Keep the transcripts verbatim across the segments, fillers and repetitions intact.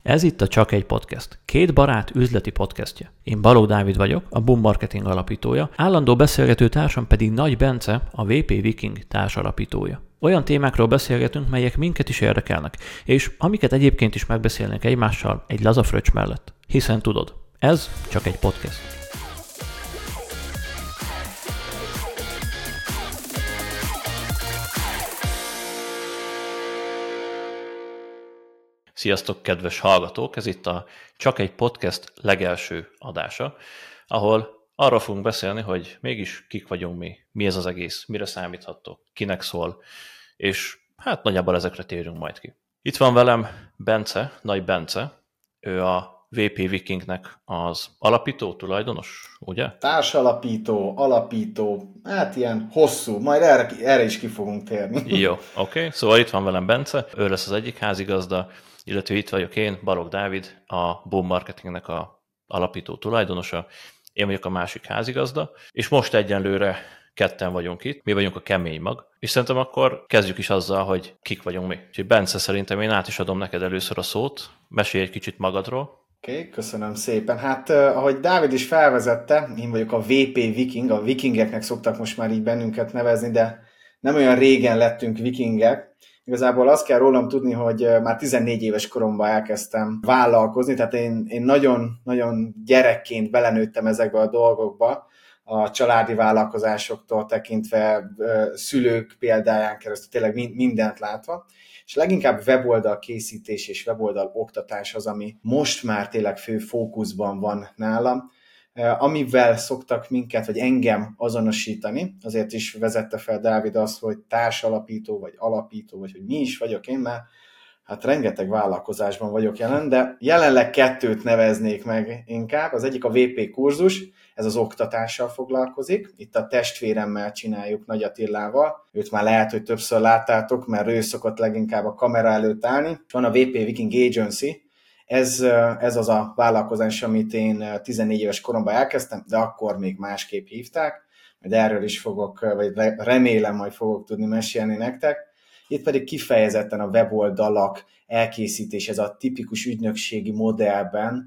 Ez itt a Csak egy Podcast. Két barát üzleti podcastje. Én Balogh Dávid vagyok, a Boom Marketing alapítója, állandó beszélgető társam pedig Nagy Bence, a vé pé Viking társalapítója. Olyan témákról beszélgetünk, melyek minket is érdekelnek, és amiket egyébként is megbeszélnek egymással egy laza fröccs mellett. Hiszen tudod, ez csak egy podcast. Sziasztok, kedves hallgatók! Ez itt a Csak egy Podcast legelső adása, ahol arról fogunk beszélni, hogy mégis kik vagyunk mi, mi ez az egész, mire számíthatok, kinek szól, és hát nagyjából ezekre térünk majd ki. Itt van velem Bence, Nagy Bence, ő a vé pé Vikingnek az alapító, tulajdonos, ugye? Társalapító, alapító, hát ilyen hosszú, majd erre, erre is ki fogunk térni. Jó, oké, okay. Szóval itt van velem Bence, ő lesz az egyik házigazda, illetve itt vagyok én, Balogh Dávid, a Boom Marketingnek a alapító tulajdonosa, én vagyok a másik házigazda, és most egyenlőre ketten vagyunk itt, mi vagyunk a kemény mag, és szerintem akkor kezdjük is azzal, hogy kik vagyunk mi. Úgyhogy Bence, szerintem én át is adom neked először a szót, mesélj egy kicsit magadról. Oké, okay, köszönöm szépen. Hát, uh, ahogy Dávid is felvezette, én vagyok a vé pé Viking, a vikingeknek szoktak most már így bennünket nevezni, de nem olyan régen lettünk vikingek. Igazából azt kell rólam tudni, hogy már tizennégy éves koromban elkezdtem vállalkozni, tehát én, én nagyon, nagyon gyerekként belenőttem ezekbe a dolgokba, a családi vállalkozásoktól tekintve, szülők példáján keresztül, tényleg mindent látva, és leginkább weboldal készítés és weboldal oktatás az, ami most már tényleg fő fókuszban van nálam, amivel szoktak minket, vagy engem azonosítani, azért is vezette fel Dávid azt, hogy társalapító, vagy alapító, vagy hogy mi is vagyok én, mert hát rengeteg vállalkozásban vagyok jelen, de jelenleg kettőt neveznék meg inkább. Az egyik a vé pé kurzus, ez az oktatással foglalkozik. Itt a testvéremmel csináljuk, Nagy Attilával. Őt már lehet, hogy többször láttátok, mert ő szokott leginkább a kamera előtt állni. Van a vé pé Viking Agency. Ez, ez az a vállalkozás, amit én tizennégy éves koromban elkezdtem, de akkor még másképp hívták. Majd erről is fogok, vagy remélem majd fogok tudni mesélni nektek. Itt pedig kifejezetten a weboldalak elkészítés, ez a tipikus ügynökségi modellben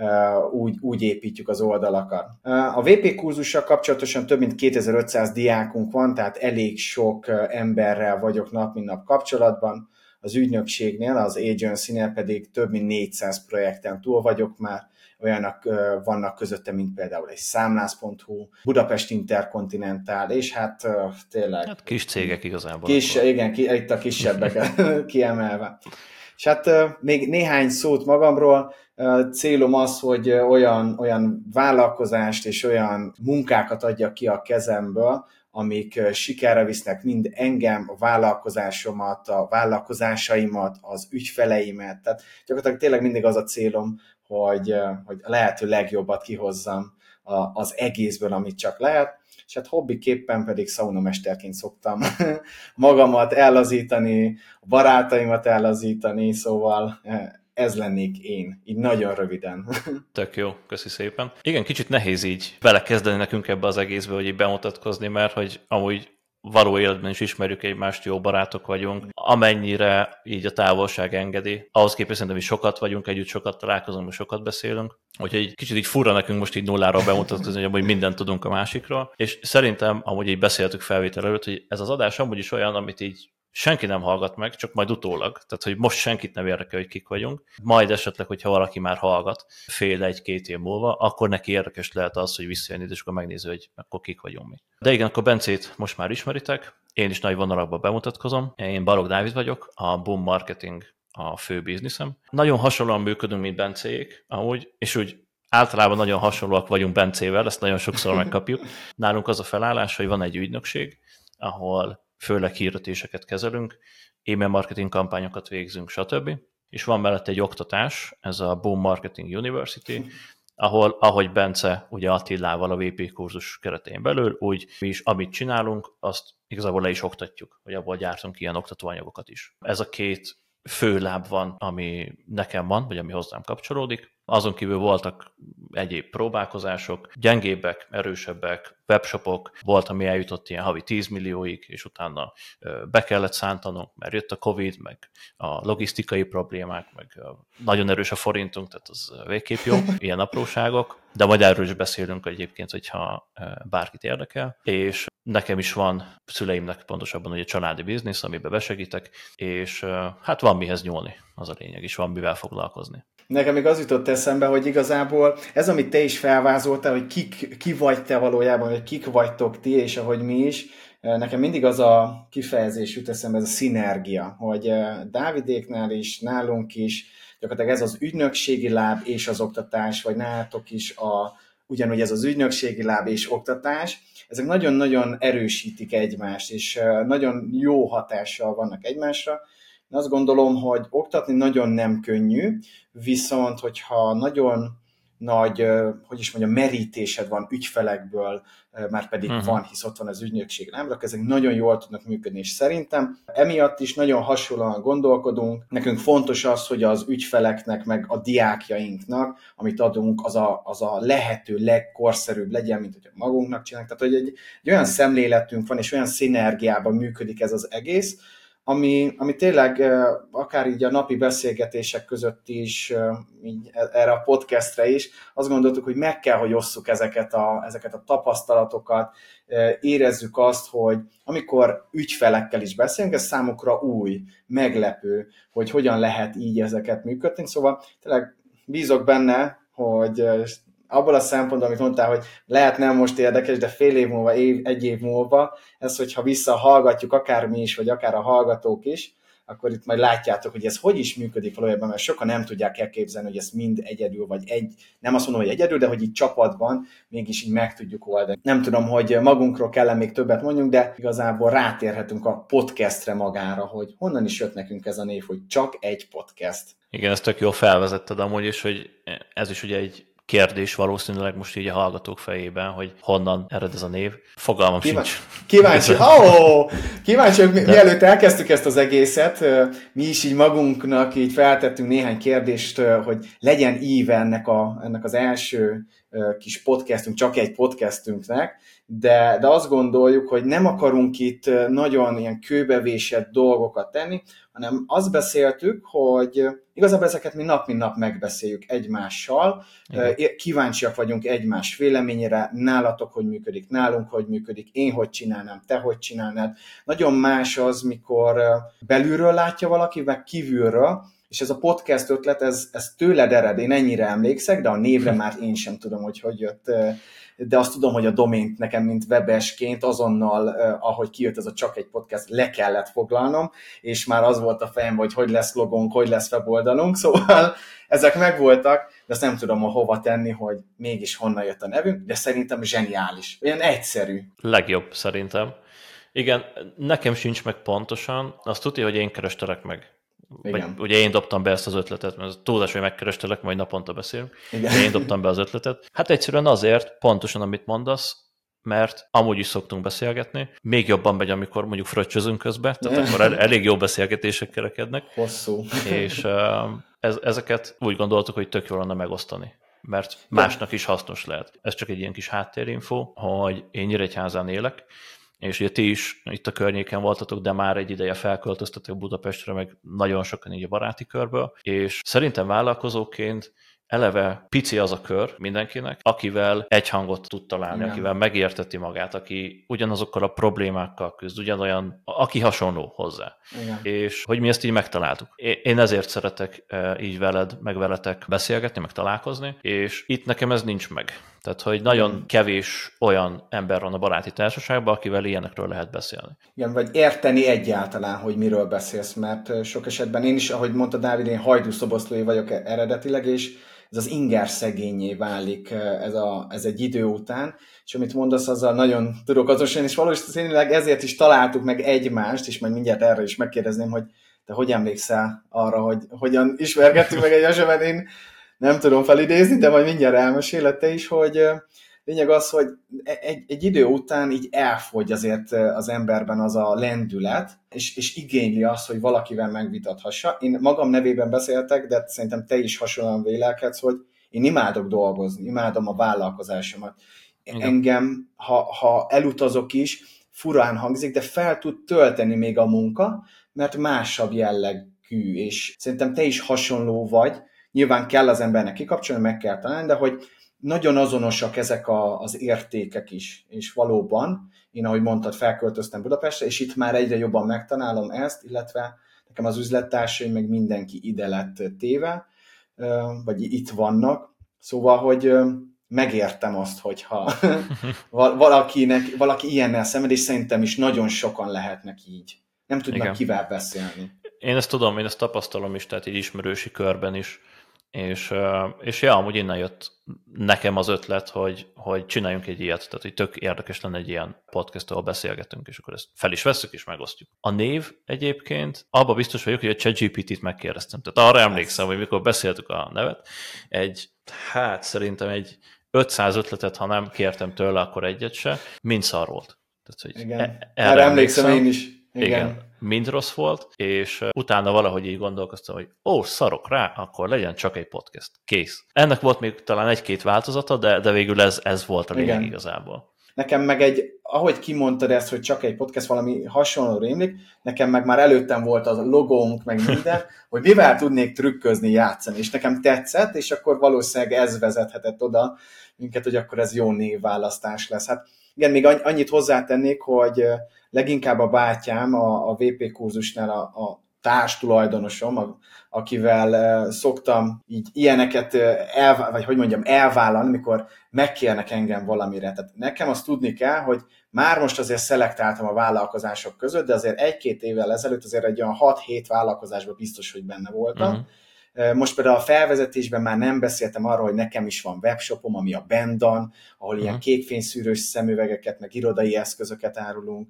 úgy, úgy építjük az oldalakat. A vé pé kurzussal kapcsolatosan több mint kétezer-ötszáz diákunk van, tehát elég sok emberrel vagyok nap mint nap kapcsolatban. Az ügynökségnél, az agency-nél pedig több mint négyszáz projekten túl vagyok már, olyanok vannak közötte, mint például egy számlász pont hu, Budapest Intercontinental, és hát tényleg... Hát kis cégek igazából. Kis, igen, itt a kisebbek kiemelve. És hát még néhány szót magamról, célom az, hogy olyan, olyan vállalkozást és olyan munkákat adjak ki a kezemből, amik sikerre visznek mind engem, a vállalkozásomat, a vállalkozásaimat, az ügyfeleimet. Tehát gyakorlatilag tényleg mindig az a célom, hogy, hogy a lehető legjobbat kihozzam az egészből, amit csak lehet. És hát hobbiképpen pedig szaunamesterként szoktam magamat ellazítani, a barátaimat ellazítani, szóval ez lennék én, így nagyon röviden. Tök jó, köszi szépen. Igen, kicsit nehéz így belekezdeni nekünk ebbe az egészbe, hogy így bemutatkozni, mert hogy amúgy való életben is ismerjük egymást, jó barátok vagyunk, amennyire így a távolság engedi. Ahhoz képest szerintem is sokat vagyunk együtt, sokat találkozunk, sokat beszélünk. Úgyhogy egy kicsit így fura nekünk most így nulláról bemutatkozni, hogy amúgy mindent tudunk a másikról. És szerintem, amúgy így beszéltük felvétel előtt, hogy ez az adás amúgy is olyan, amit így senki nem hallgat meg, csak majd utólag. Tehát, hogy most senkit nem érdekel, hogy kik vagyunk. Majd esetleg, hogyha valaki már hallgat fél egy-két év múlva, akkor neki érdekes lehet az, hogy visszajön, és akkor megnéző, hogy akkor kik vagyunk mi. De igen, akkor Bencét most már ismeritek. Én is nagy vonalakban bemutatkozom. Én Balogh Dávid vagyok, a Boom Marketing a fő bizniszem. Nagyon hasonlóan működünk, mint Bencéjék, amúgy, és úgy általában nagyon hasonlóak vagyunk Bencével, ezt nagyon sokszor megkapjuk. Nálunk az a felállás, hogy van egy ügynökség, ahol főleg hirdetéseket kezelünk, e-mail marketing kampányokat végzünk, stb. És van mellett egy oktatás, ez a Boom Marketing University, ahol, ahogy Bence ugye Attilával a vé pé kurzus keretén belül, úgy mi is, amit csinálunk, azt igazából le is oktatjuk, hogy abból gyártunk ilyen oktatóanyagokat is. Ez a két fő láb van, ami nekem van, vagy ami hozzám kapcsolódik. Azon kívül voltak egyéb próbálkozások, gyengébbek, erősebbek, webshopok, volt, ami eljutott ilyen havi tíz millióig, és utána be kellett szántanunk, mert jött a Covid, meg a logisztikai problémák, meg nagyon erős a forintunk, tehát az végképp jó, ilyen apróságok, de majd erről is beszélünk egyébként, hogyha bárkit érdekel, és nekem is van, szüleimnek pontosabban ugye családi biznisz, amiben besegítek, és hát van mihez nyúlni, az a lényeg, és van mivel foglalkozni. Nekem még az jutott eszembe, hogy igazából ez, amit te is felvázoltál, hogy kik, ki vagy te valójában, vagy kik vagytok ti, és ahogy mi is, nekem mindig az a kifejezés jut eszembe, ez a szinergia, hogy Dávidéknál is, nálunk is, gyakorlatilag ez az ügynökségi láb és az oktatás, vagy nálatok is a, ugyanúgy ez az ügynökségi láb és oktatás, ezek nagyon-nagyon erősítik egymást, és nagyon jó hatással vannak egymásra. Én azt gondolom, hogy oktatni nagyon nem könnyű, viszont hogyha nagyon nagy, hogy is mondjam, merítésed van ügyfelekből, már pedig uh-huh. van, hisz ott van az ügynökség lábrak, ezek nagyon jól tudnak működni, és szerintem emiatt is nagyon hasonlóan gondolkodunk. Nekünk fontos az, hogy az ügyfeleknek, meg a diákjainknak, amit adunk, az a, az a lehető legkorszerűbb legyen, mint hogy magunknak csinálunk. Tehát, hogy egy, egy olyan szemléletünk van, és olyan szinergiában működik ez az egész, Ami, ami tényleg akár így a napi beszélgetések között is, így erre a podcastre is, azt gondoltuk, hogy meg kell, hogy osszuk ezeket a, ezeket a tapasztalatokat, érezzük azt, hogy amikor ügyfelekkel is beszélünk, ez számukra új, meglepő, hogy hogyan lehet így ezeket működni. Szóval tényleg bízok benne, hogy abból a szempontból, amit mondtál, hogy lehet nem most érdekes, de fél év múlva, év, egy év múlva, ez, hogyha visszahallgatjuk, akár mi is, vagy akár a hallgatók is, akkor itt majd látjátok, hogy ez hogy is működik valójában, mert sokan nem tudják elképzelni, hogy ez mind egyedül, vagy egy, nem azt mondom, hogy egyedül, de hogy így csapatban mégis így meg tudjuk oldani. Nem tudom, hogy magunkról kellene még többet mondjunk, de igazából rátérhetünk a podcastre magára, hogy honnan is jött nekünk ez a név, hogy csak egy podcast. Igen, ezt tök jól felvezetted amúgy is, hogy ez is ugye egy kérdés valószínűleg most így a hallgatók fejében, hogy honnan ered ez a név. Fogalmam Kíván... sincs. Kíváncsi, oh, kíváncsi, hogy mi, mielőtt elkezdtük ezt az egészet, mi is így magunknak így feltettünk néhány kérdést, hogy legyen íve ennek, a, ennek az első kis podcastünk, csak egy podcastünknek, de, de azt gondoljuk, hogy nem akarunk itt nagyon ilyen kőbevésett dolgokat tenni, hanem azt beszéltük, hogy igazából ezeket mi nap mint nap megbeszéljük egymással, igen. Kíváncsiak vagyunk egymás véleményére, nálatok hogy működik, nálunk hogy működik, én hogy csinálnám, te hogy csinálnád. Nagyon más az, mikor belülről látja valaki, meg kívülről, és ez a podcast ötlet, ez, ez tőled ered, én ennyire emlékszek, de a névre már én sem tudom, hogy hogy jött, de azt tudom, hogy a domént nekem, mint webesként azonnal, ahogy kijött ez a csak egy podcast, le kellett foglalnom, és már az volt a fejem, hogy hogy lesz logónk, hogy lesz weboldalunk, szóval ezek megvoltak, de azt nem tudom hova tenni, hogy mégis honnan jött a nevünk, de szerintem zseniális, olyan egyszerű. Legjobb szerintem. Igen, nekem sincs meg pontosan, azt tudja, hogy én kerestelek meg. Vagy, ugye én dobtam be ezt az ötletet, mert túlzás, hogy megkerestelek, majd naponta beszélünk. Igen. Én dobtam be az ötletet. Hát egyszerűen azért, pontosan amit mondasz, mert amúgy is szoktunk beszélgetni. Még jobban megy, amikor mondjuk fröccsözünk közben, tehát akkor el, elég jó beszélgetések kerekednek. Hosszú. És ez, ezeket úgy gondoltuk, hogy tök jól lenne megosztani, mert másnak is hasznos lehet. Ez csak egy ilyen kis háttérinfo, hogy én Nyíregyházán élek, és ugye ti is itt a környéken voltatok, de már egy ideje felköltöztetek Budapestre, meg nagyon sokan így a baráti körből, és szerintem vállalkozóként eleve pici az a kör mindenkinek, akivel egy hangot tud találni, igen. Akivel megérteti magát, aki ugyanazokkal a problémákkal küzd, ugyanolyan, aki hasonló hozzá. Igen. És hogy mi ezt így megtaláltuk. Én ezért szeretek így veled, meg veletek beszélgetni, meg találkozni, és itt nekem ez nincs meg. Tehát, hogy nagyon hmm. kevés olyan ember van a baráti társaságban, akivel ilyenekről lehet beszélni. Igen, vagy érteni egyáltalán, hogy miről beszélsz, mert sok esetben én is, ahogy mondta Dávid, én hajdúszoboszlói vagyok eredetileg, és ez az inger szegényé válik ez, a, ez egy idő után, és amit mondasz, azzal nagyon tudok azonosulni, és valószínűleg ezért is találtuk meg egymást, és majd mindjárt erre is megkérdezném, hogy te hogy emlékszel arra, hogy hogyan ismerkedtünk meg egymást, mert én nem tudom felidézni, de majd mindjárt elmeséled te is, hogy lényeg az, hogy egy, egy idő után így elfogy azért az emberben az a lendület, és, és igényli azt, hogy valakivel megvitathassa. Én magam nevében beszéltek, de szerintem te is hasonlóan vélelkedsz, hogy én imádok dolgozni, imádom a vállalkozásomat. Igen. Engem, ha, ha elutazok is, furán hangzik, de fel tud tölteni még a munka, mert másabb jellegű, és szerintem te is hasonló vagy. Nyilván kell az embernek kikapcsolni, meg kell találni, de hogy nagyon azonosak ezek a, az értékek is, és valóban, én ahogy mondtad, felköltöztem Budapestre, és itt már egyre jobban megtanálom ezt, illetve nekem az üzlettársaim, meg mindenki ide lett téve, vagy itt vannak, szóval, hogy megértem azt, hogyha valakinek, valaki ilyennel szemed, és szerintem is nagyon sokan lehetnek így. Nem tudnak Igen. kivel beszélni. Én ezt tudom, én ezt tapasztalom is, tehát így ismerősi körben is, és, és ja, amúgy innen jött nekem az ötlet, hogy, hogy csináljunk egy ilyet, tehát hogy tök érdekes lenne egy ilyen podcast, ahol beszélgetünk, és akkor ezt fel is vesszük, és megosztjuk. A név egyébként, abban biztos vagyok, hogy a ChatGPT-t megkérdeztem. Tehát arra emlékszem, hogy mikor beszéltük a nevet, egy, hát szerintem egy ötszáz ötletet, ha nem kértem tőle, akkor egyet se, mind szar volt. Tehát, hogy Igen. E- erre emlékszem, emlékszem én is. Igen. Igen. Mind rossz volt, és utána valahogy így gondolkoztam, hogy ó, szarok rá, akkor legyen csak egy podcast. Kész. Ennek volt még talán egy-két változata, de, de végül ez, ez volt a lényeg Igen. igazából. Nekem meg egy, ahogy kimondtad ezt, hogy csak egy podcast, valami hasonló rémlik, nekem meg már előttem volt a logónk, meg minden, hogy mivel tudnék trükközni, játszani, és nekem tetszett, és akkor valószínűleg ez vezethetett oda minket, hogy akkor ez jó névválasztás lesz. Hát igen, még annyit hozzátennék, hogy leginkább a bátyám a, a vé pé kurzusnál a, a társtulajdonosom, a, akivel szoktam így ilyeneket el, vagy hogy mondjam, elvállalni, mikor megkérnek engem valamire. Tehát nekem azt tudni kell, hogy már most azért szelektáltam a vállalkozások között, de azért egy-két évvel ezelőtt azért egy olyan hat-hét vállalkozásban biztos, hogy benne voltam. Uh-huh. Most például a felvezetésben már nem beszéltem arról, hogy nekem is van webshopom, ami a Bendan, ahol uh-huh. ilyen kékfényszűrős szemüvegeket, meg irodai eszközöket árulunk.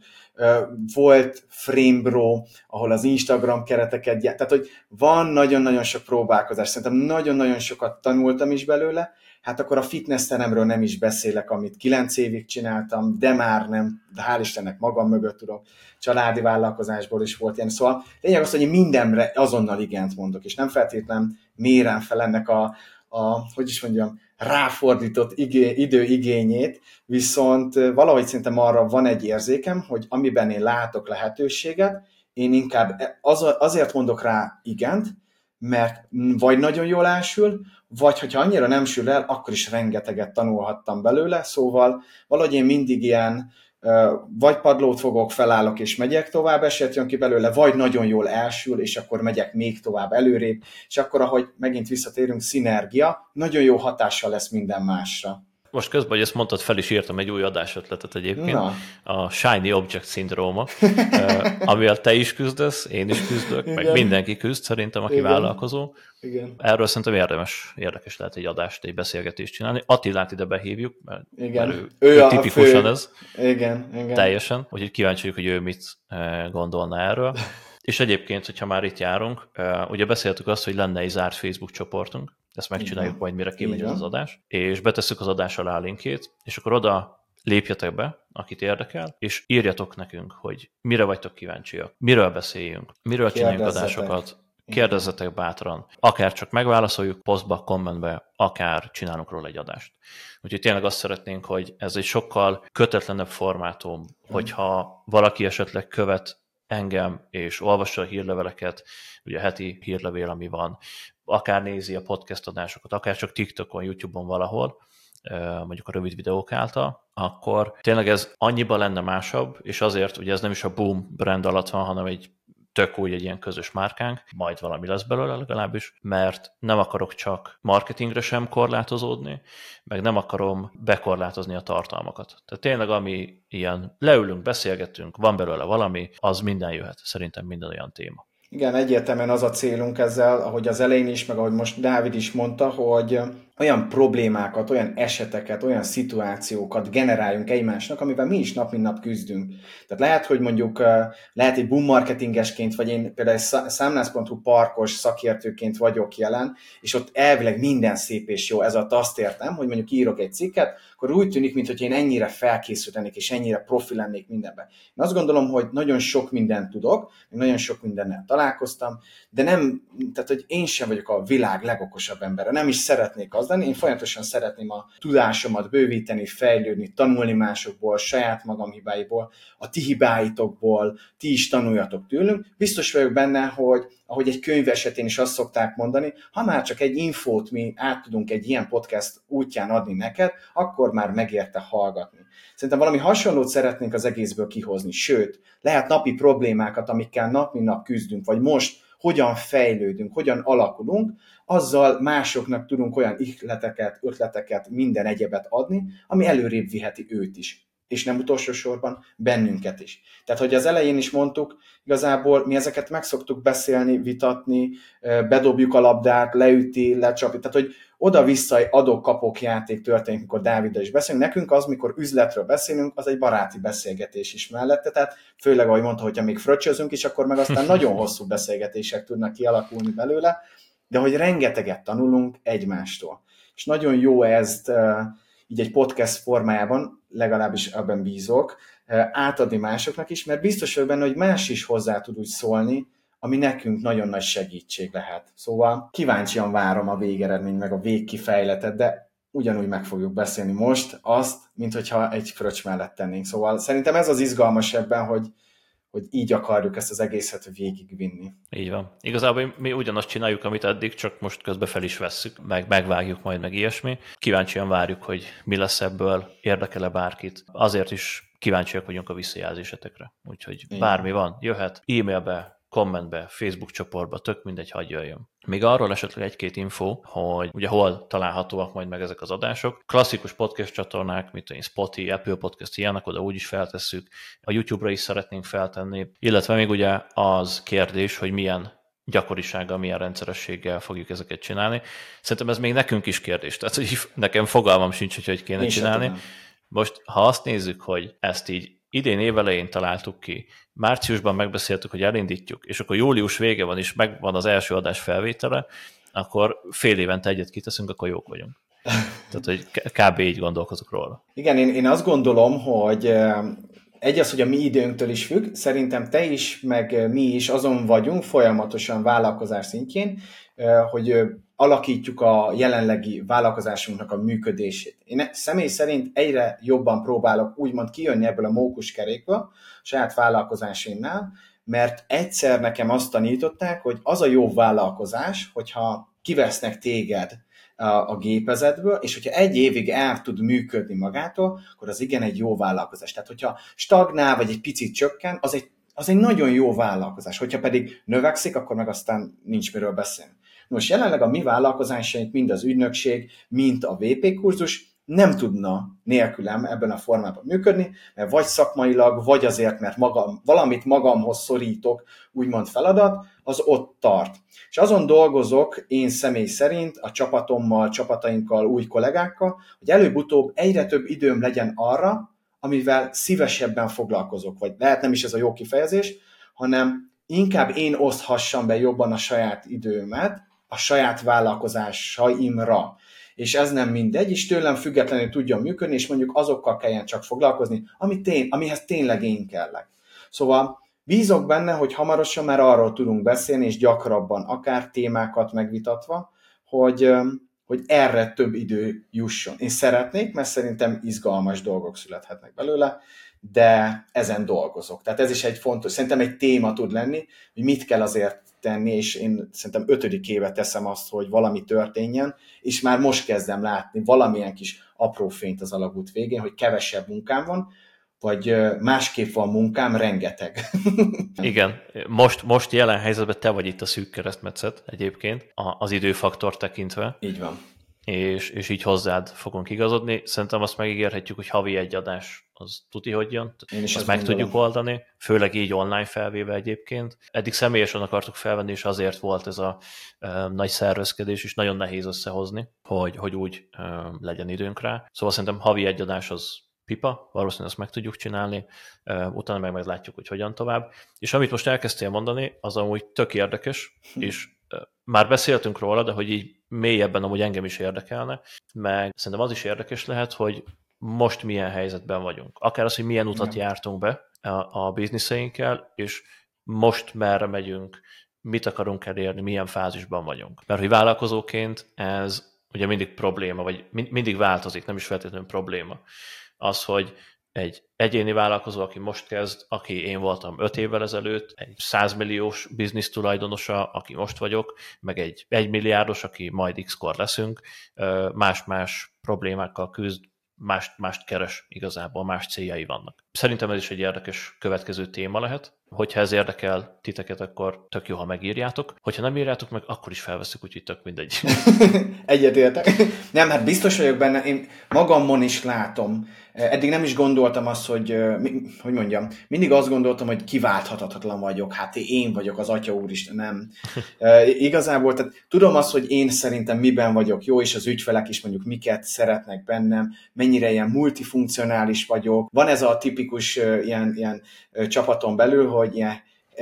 Volt Framebro, ahol az Instagram kereteket gyárt. Tehát, hogy van nagyon-nagyon sok próbálkozás. Szerintem nagyon-nagyon sokat tanultam is belőle. Hát akkor a fitness teremről nem is beszélek, amit kilenc évig csináltam, de már nem, de hál' Istennek magam mögött tudok. Családi vállalkozásból is volt ilyen. Szóval lényeg az, hogy én mindenre azonnal igent mondok, és nem feltétlenül mérem fel ennek a, a hogy is mondjam, ráfordított igé, időigényét, viszont valahogy szerintem arra van egy érzékem, hogy amiben én látok lehetőséget, én inkább az, azért mondok rá igent, mert vagy nagyon jól elsül, vagy hogyha annyira nem sül el, akkor is rengeteget tanulhattam belőle, szóval valahogy én mindig ilyen vagy padlót fogok, felállok és megyek tovább, eset jön ki belőle, vagy nagyon jól elsül, és akkor megyek még tovább előrébb, és akkor, ahogy megint visszatérünk, szinergia, nagyon jó hatással lesz minden másra. Most közben, hogy ezt mondtad, fel is írtam egy új adásötletet egyébként, Na. a Shiny Object szindróma, amivel te is küzdesz, én is küzdök, Igen. meg mindenki küzd szerintem, aki Igen. vállalkozó. Igen. Erről szerintem érdemes, érdekes lehet egy adást, egy beszélgetést csinálni. Attilát ide behívjuk, mert, Igen. mert ő, ő, ő tipikusan fő... ez. Igen. Igen. Teljesen, úgyhogy kíváncsi vagyok, hogy ő mit gondolna erről. És egyébként, hogyha már itt járunk, ugye beszéltük azt, hogy lenne egy zárt Facebook csoportunk, ezt megcsináljuk Igen. majd, mire kimegy az adás, és betesszük az adás alá a linkjét, és akkor oda lépjetek be, akit érdekel, és írjatok nekünk, hogy mire vagytok kíváncsiak, miről beszéljünk, miről csináljunk adásokat, kérdezzetek bátran, akár csak megválaszoljuk posztba, kommentbe, akár csinálunk róla egy adást. Úgyhogy tényleg azt szeretnénk, hogy ez egy sokkal kötetlenebb formátum, hogyha valaki esetleg követ engem, és olvassa a hírleveleket, ugye a heti hírlevél, ami van, akár nézi a podcast adásokat, akár csak TikTokon, YouTube-on valahol, mondjuk a rövid videók által, akkor tényleg ez annyiban lenne másabb, és azért, ugye ez nem is a Boom brand alatt van, hanem egy tök új, egy ilyen közös márkánk, majd valami lesz belőle legalábbis, mert nem akarok csak marketingre sem korlátozódni, meg nem akarom bekorlátozni a tartalmakat. Tehát tényleg, ami ilyen leülünk, beszélgetünk, van belőle valami, az minden jöhet, szerintem minden olyan téma. Igen, egyértelműen az a célunk ezzel, ahogy az elején is, meg ahogy most Dávid is mondta, hogy olyan problémákat, olyan eseteket, olyan szituációkat generáljunk egymásnak, amivel mi is nap mint nap küzdünk. Tehát lehet, hogy mondjuk lehet egy boom marketingesként, vagy én például egy számlász pont hu parkos szakértőként vagyok jelen, és ott elvileg minden szép és jó. Ez alatt azt értem, hogy mondjuk írok egy cikket, akkor úgy tűnik, mintha én ennyire felkészülnék, és ennyire profi lennék mindenben. Én azt gondolom, hogy nagyon sok mindent tudok, nagyon sok mindennel találkoztam, de nem, tehát hogy én sem vagyok a világ legokosabb embere, nem is szeretnék az az lenni. Én folyamatosan szeretném a tudásomat bővíteni, fejlődni, tanulni másokból, saját magam hibáiból, a ti hibáitokból, ti is tanuljatok tőlünk. Biztos vagyok benne, hogy ahogy egy könyv esetén is azt szokták mondani, ha már csak egy infót mi át tudunk egy ilyen podcast útján adni neked, akkor már megérte hallgatni. Szerintem valami hasonlót szeretnénk az egészből kihozni, sőt, lehet napi problémákat, amikkel nap mint nap küzdünk, vagy most hogyan fejlődünk, hogyan alakulunk, azzal másoknak tudunk olyan ihleteket, ötleteket, minden egyebet adni, ami előrébb viheti őt is. És nem utolsó sorban bennünket is. Tehát, hogy az elején is mondtuk, igazából mi ezeket meg szoktuk beszélni, vitatni, bedobjuk a labdát, leüti, lecsapja, tehát, hogy oda-vissza adok-kapok játék történik, mikor Dáviddal is beszélünk. Nekünk az, mikor üzletről beszélünk, az egy baráti beszélgetés is mellette, tehát főleg, ahogy mondta, hogyha még fröccsözünk is, akkor meg aztán nagyon hosszú beszélgetések tudnak kialakulni belőle, de hogy rengeteget tanulunk egymástól. És nagyon jó ezt így egy podcast formájában, legalábbis abban bízok, átadni másoknak is, mert biztos vagyok benne, hogy más is hozzá tud úgy szólni, ami nekünk nagyon nagy segítség lehet. Szóval kíváncsian várom a végeredményt, meg a végkifejletet, de ugyanúgy meg fogjuk beszélni most azt, mint hogyha egy fröccs mellett tennénk. Szóval szerintem ez az izgalmas ebben, hogy, hogy így akarjuk ezt az egészet végigvinni. Így van. Igazából mi ugyanazt csináljuk, amit eddig, csak most közben fel is vesszük, meg megvágjuk majd, meg ilyesmi. Kíváncsian várjuk, hogy mi lesz ebből, érdekel-e bárkit. Azért is kíváncsiak vagyunk a visszajelzésetekre. Úgyhogy igen, bármi van, jöhet e-mailbe, kommentbe, Facebook csoportba, tök mindegy, hadd jöjjön. Még arról esetleg egy-két info, hogy ugye hol találhatóak majd meg ezek az adások. Klasszikus podcast csatornák, mint a Spotify, Apple Podcast, ilyenek, oda úgyis feltesszük. A YouTube-ra is szeretnénk feltenni, illetve még ugye az kérdés, hogy milyen gyakorisággal, milyen rendszerességgel fogjuk ezeket csinálni. Szerintem ez még nekünk is kérdés. Tehát hogy nekem fogalmam sincs, hogy hogy kéne Én csinálni. Most, ha azt nézzük, hogy ezt így idén évelején találtuk ki, márciusban megbeszéltük, hogy elindítjuk, és akkor július vége van, és megvan az első adás felvétele, akkor fél évente egyet kiteszünk, akkor jók vagyunk. Tehát, hogy kb. Így gondolkozok róla. Igen, én, én azt gondolom, hogy egy az, hogy a mi időnktől is függ, szerintem te is, meg mi is azon vagyunk folyamatosan vállalkozás szintjén, hogy alakítjuk a jelenlegi vállalkozásunknak a működését. Én személy szerint egyre jobban próbálok úgymond kijönni ebből a mókuskerékből, a saját vállalkozásaimnál, mert egyszer nekem azt tanították, hogy az a jó vállalkozás, hogyha kivesznek téged a gépezetből, és hogyha egy évig el tud működni magától, akkor az igen egy jó vállalkozás. Tehát, hogyha stagnál, vagy egy picit csökken, az egy, az egy nagyon jó vállalkozás. Hogyha pedig növekszik, akkor meg aztán nincs miről beszélni. Most jelenleg a mi vállalkozásaink, mind az ügynökség, mind a vé pé kurzus nem tudna nélkülem ebben a formában működni, mert vagy szakmailag, vagy azért, mert magam, valamit magamhoz szorítok, úgymond feladat, az ott tart. És azon dolgozok én személy szerint a csapatommal, csapatainkkal, új kollégákkal, hogy előbb-utóbb egyre több időm legyen arra, amivel szívesebben foglalkozok, vagy lehet nem is ez a jó kifejezés, hanem inkább én oszthassam be jobban a saját időmet, a saját vállalkozásaimra. És ez nem mindegy, és tőlem függetlenül tudjon működni, és mondjuk azokkal kelljen csak foglalkozni, ami tény, amihez tényleg én kellek. Szóval bízok benne, hogy hamarosan már arról tudunk beszélni, és gyakrabban, akár témákat megvitatva, hogy, hogy erre több idő jusson. Én szeretnék, mert szerintem izgalmas dolgok születhetnek belőle, de ezen dolgozok. Tehát ez is egy fontos, szerintem egy téma tud lenni, hogy mit kell azért tenni, és én szerintem ötödik éve teszem azt, hogy valami történjen, és már most kezdem látni valamilyen kis apró fényt az alagút végén, hogy kevesebb munkám van, vagy másképp van munkám, rengeteg. Igen, most, most jelen helyzetben te vagy itt a szűk keresztmetszet egyébként, az időfaktor tekintve. Így van. És, és így hozzád fogunk igazodni. Szerintem azt megígérhetjük, hogy havi egy adás az tuti, hogy jön. Én is azt meg gondolom. Tudjuk oldani, főleg így online felvéve egyébként. Eddig személyesen akartuk felvenni, és azért volt ez a e, nagy szervezkedés, és nagyon nehéz összehozni, hogy, hogy úgy e, legyen időnk rá. Szóval szerintem havi egy adás az pipa, valószínűleg azt meg tudjuk csinálni, e, utána meg meglátjuk, hogy hogyan tovább. És amit most elkezdtél mondani, az amúgy tök érdekes, és e, már beszéltünk róla, de hogy így mélyebben amúgy engem is érdekelne, meg szerintem az is érdekes lehet, hogy most milyen helyzetben vagyunk. Akár az, hogy milyen utat Igen. jártunk be a, a bizniszeinkkel, és most merre megyünk, mit akarunk elérni, milyen fázisban vagyunk. Mert hogy vállalkozóként ez ugye mindig probléma, vagy mind, mindig változik, nem is feltétlenül probléma. Az, hogy egy egyéni vállalkozó, aki most kezd, aki én voltam öt évvel ezelőtt, egy százmilliós biznisz tulajdonosa, aki most vagyok, meg egy egymilliárdos, aki majd x-kor leszünk, más-más problémákkal küzd, mást, mást keres igazából, más céljai vannak. Szerintem ez is egy érdekes következő téma lehet. Hogyha ez érdekel titeket, akkor tök jó, ha megírjátok. Hogyha nem írjátok meg, akkor is felveszünk, úgyhogy tök mindegy. Egyetértek. Nem, hát biztos vagyok benne, én magamon is látom. Eddig nem is gondoltam azt, hogy, hogy mondjam, mindig azt gondoltam, hogy kiválthatatlan vagyok, hát én vagyok az Atya Úristen, nem. Igazából, tehát tudom azt, hogy én szerintem miben vagyok jó, és az ügyfelek is mondjuk miket szeretnek bennem, mennyire ilyen multifunkcionális vagyok. Van ez a tipikus ilyen, ilyen csapaton belül, hogy ilyen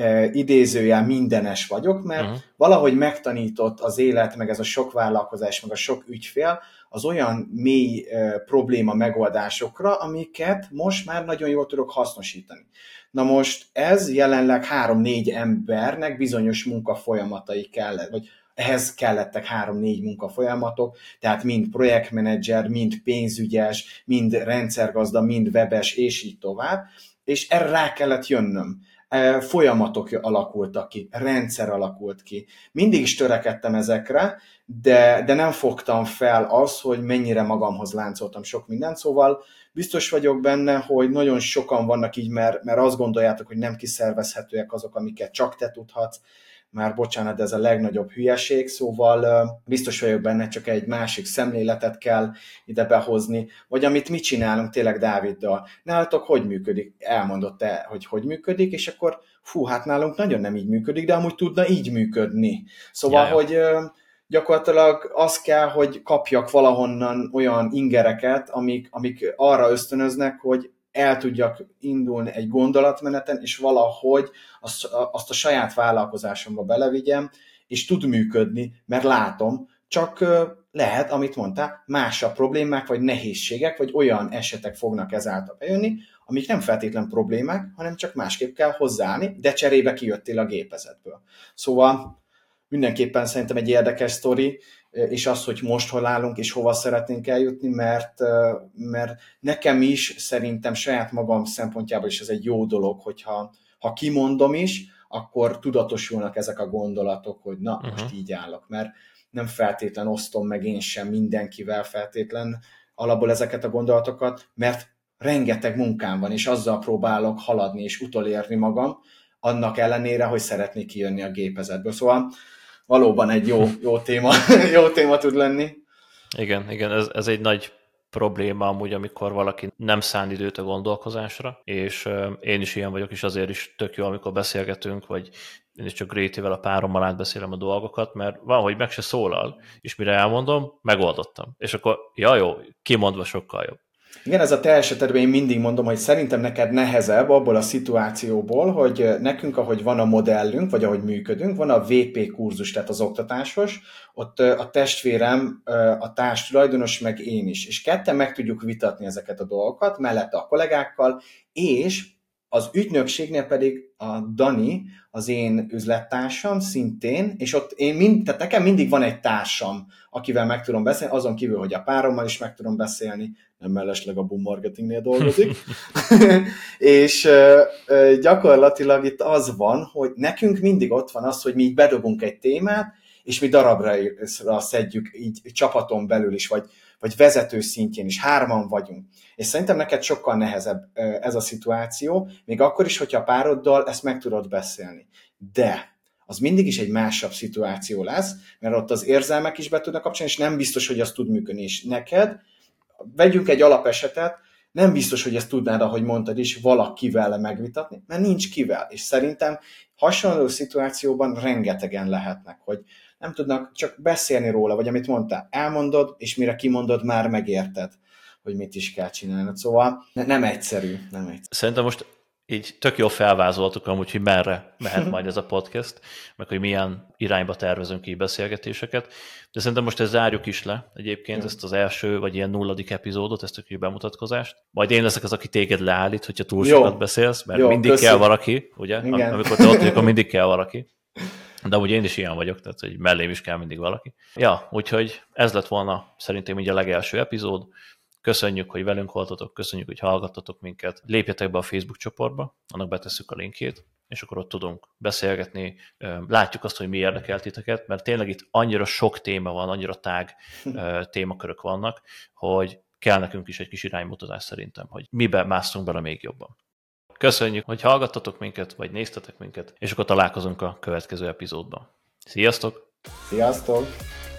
idézőjel mindenes vagyok, mert uh-huh. valahogy megtanított az élet, meg ez a sok vállalkozás, meg a sok ügyfél, az olyan mély uh, probléma megoldásokra, amiket most már nagyon jól tudok hasznosítani. Na most ez jelenleg három-négy embernek bizonyos munkafolyamatai kellett, vagy ehhez kellettek három-négy munkafolyamatok, tehát mind projektmenedzser, mind pénzügyes, mind rendszergazda, mind webes, és így tovább, és erre rá kellett jönnöm. Folyamatok alakultak ki, rendszer alakult ki. Mindig is törekedtem ezekre, de, de nem fogtam fel azt, hogy mennyire magamhoz láncoltam sok mindent, szóval biztos vagyok benne, hogy nagyon sokan vannak így, mert, mert azt gondoljátok, hogy nem kiszervezhetőek azok, amiket csak te tudhatsz, már bocsánat, de ez a legnagyobb hülyeség, szóval biztos vagyok benne, csak egy másik szemléletet kell ide behozni, vagy amit mi csinálunk tényleg Dáviddal. Nálatok hogy működik? Elmondott te, hogy hogy működik, és akkor fú, hát nálunk nagyon nem így működik, de amúgy tudna így működni. Szóval, Jaj. hogy gyakorlatilag az kell, hogy kapjak valahonnan olyan ingereket, amik, amik arra ösztönöznek, hogy el tudjak indulni egy gondolatmeneten, és valahogy azt, azt a saját vállalkozásomba belevigyem, és tud működni, mert látom, csak lehet, amit mondtál, másabb problémák, vagy nehézségek, vagy olyan esetek fognak ezáltal bejönni, amik nem feltétlen problémák, hanem csak másképp kell hozzáállni, de cserébe kijöttél a gépezetből. Szóval mindenképpen szerintem egy érdekes sztori, és az, hogy most hol állunk, és hova szeretnénk eljutni, mert, mert nekem is szerintem saját magam szempontjából is ez egy jó dolog, hogyha ha kimondom is, akkor tudatosulnak ezek a gondolatok, hogy na, uh-huh. most így állok, mert nem feltétlen osztom meg én sem mindenkivel feltétlen alapból ezeket a gondolatokat, mert rengeteg munkám van, és azzal próbálok haladni és utolérni magam, annak ellenére, hogy szeretnék kijönni a gépezetből. Szóval valóban egy jó, jó téma, jó téma tud lenni. Igen, igen, ez, ez egy nagy probléma amúgy, amikor valaki nem szán időt a gondolkozásra, és uh, én is ilyen vagyok, és azért is tök jó, amikor beszélgetünk, vagy én is csak Grétivel, a párommal átbeszélem a dolgokat, mert van, hogy meg se szólal, és mire elmondom, megoldottam. És akkor, ja jó, kimondva sokkal jobb. Igen, ez a te esetedben én mindig mondom, hogy szerintem neked nehezebb abból a szituációból, hogy nekünk, ahogy van a modellünk, vagy ahogy működünk, van a vé pé kurzus, tehát az oktatásos, ott a testvérem, a társtulajdonos, meg én is. És ketten meg tudjuk vitatni ezeket a dolgokat, mellette a kollégákkal, és az ügynökségnél pedig a Dani, az én üzlettársam szintén, és ott én mind, tehát nekem mindig van egy társam, akivel meg tudom beszélni, azon kívül, hogy a párommal is meg tudom beszélni, nem mellesleg a Boom Marketingnél dolgozik. És uh, gyakorlatilag itt az van, hogy nekünk mindig ott van az, hogy mi így bedobunk egy témát, és mi darabra szedjük így csapaton belül is, vagy, vagy vezető szintjén is, hárman vagyunk. És szerintem neked sokkal nehezebb ez a szituáció, még akkor is, hogyha a pároddal ezt meg tudod beszélni. De az mindig is egy másabb szituáció lesz, mert ott az érzelmek is be tudnak kapcsolni, és nem biztos, hogy az tud működni. És neked, vegyünk egy alapesetet, nem biztos, hogy ezt tudnád, ahogy mondtad is, valakivel megvitatni, mert nincs kivel. És szerintem hasonló szituációban rengetegen lehetnek, hogy nem tudnak csak beszélni róla, vagy amit mondtál, elmondod, és mire kimondod, már megérted, hogy mit is kell csinálnod. Szóval nem egyszerű. Nem egyszerű. Szerintem most így tök jól felvázoltuk amúgy, hogy merre mehet majd ez a podcast, meg hogy milyen irányba tervezünk így beszélgetéseket. De szerintem most ezt zárjuk is le egyébként, ja. ezt az első, vagy ilyen nulladik epizódot, ezt a kis bemutatkozást. Majd én leszek az, aki téged leállít, hogyha túl sokat beszélsz, mert Jó, mindig köszi. kell valaki, ugye? Igen. Amikor te ott vagy, akkor mindig kell valaki. De ugye én is ilyen vagyok, tehát hogy mellém is kell mindig valaki. Ja, úgyhogy ez lett volna szerintem így a legelső epizód. Köszönjük, hogy velünk voltatok, köszönjük, hogy hallgattatok minket. Lépjetek be a Facebook csoportba, annak betesszük a linkjét, és akkor ott tudunk beszélgetni. Látjuk azt, hogy mi érdekel titeket, mert tényleg itt annyira sok téma van, annyira tág témakörök vannak, hogy kell nekünk is egy kis iránymutatás szerintem, hogy miben másztunk bele még jobban. Köszönjük, hogy hallgattatok minket, vagy néztetek minket, és akkor találkozunk a következő epizódban. Sziasztok! Sziasztok!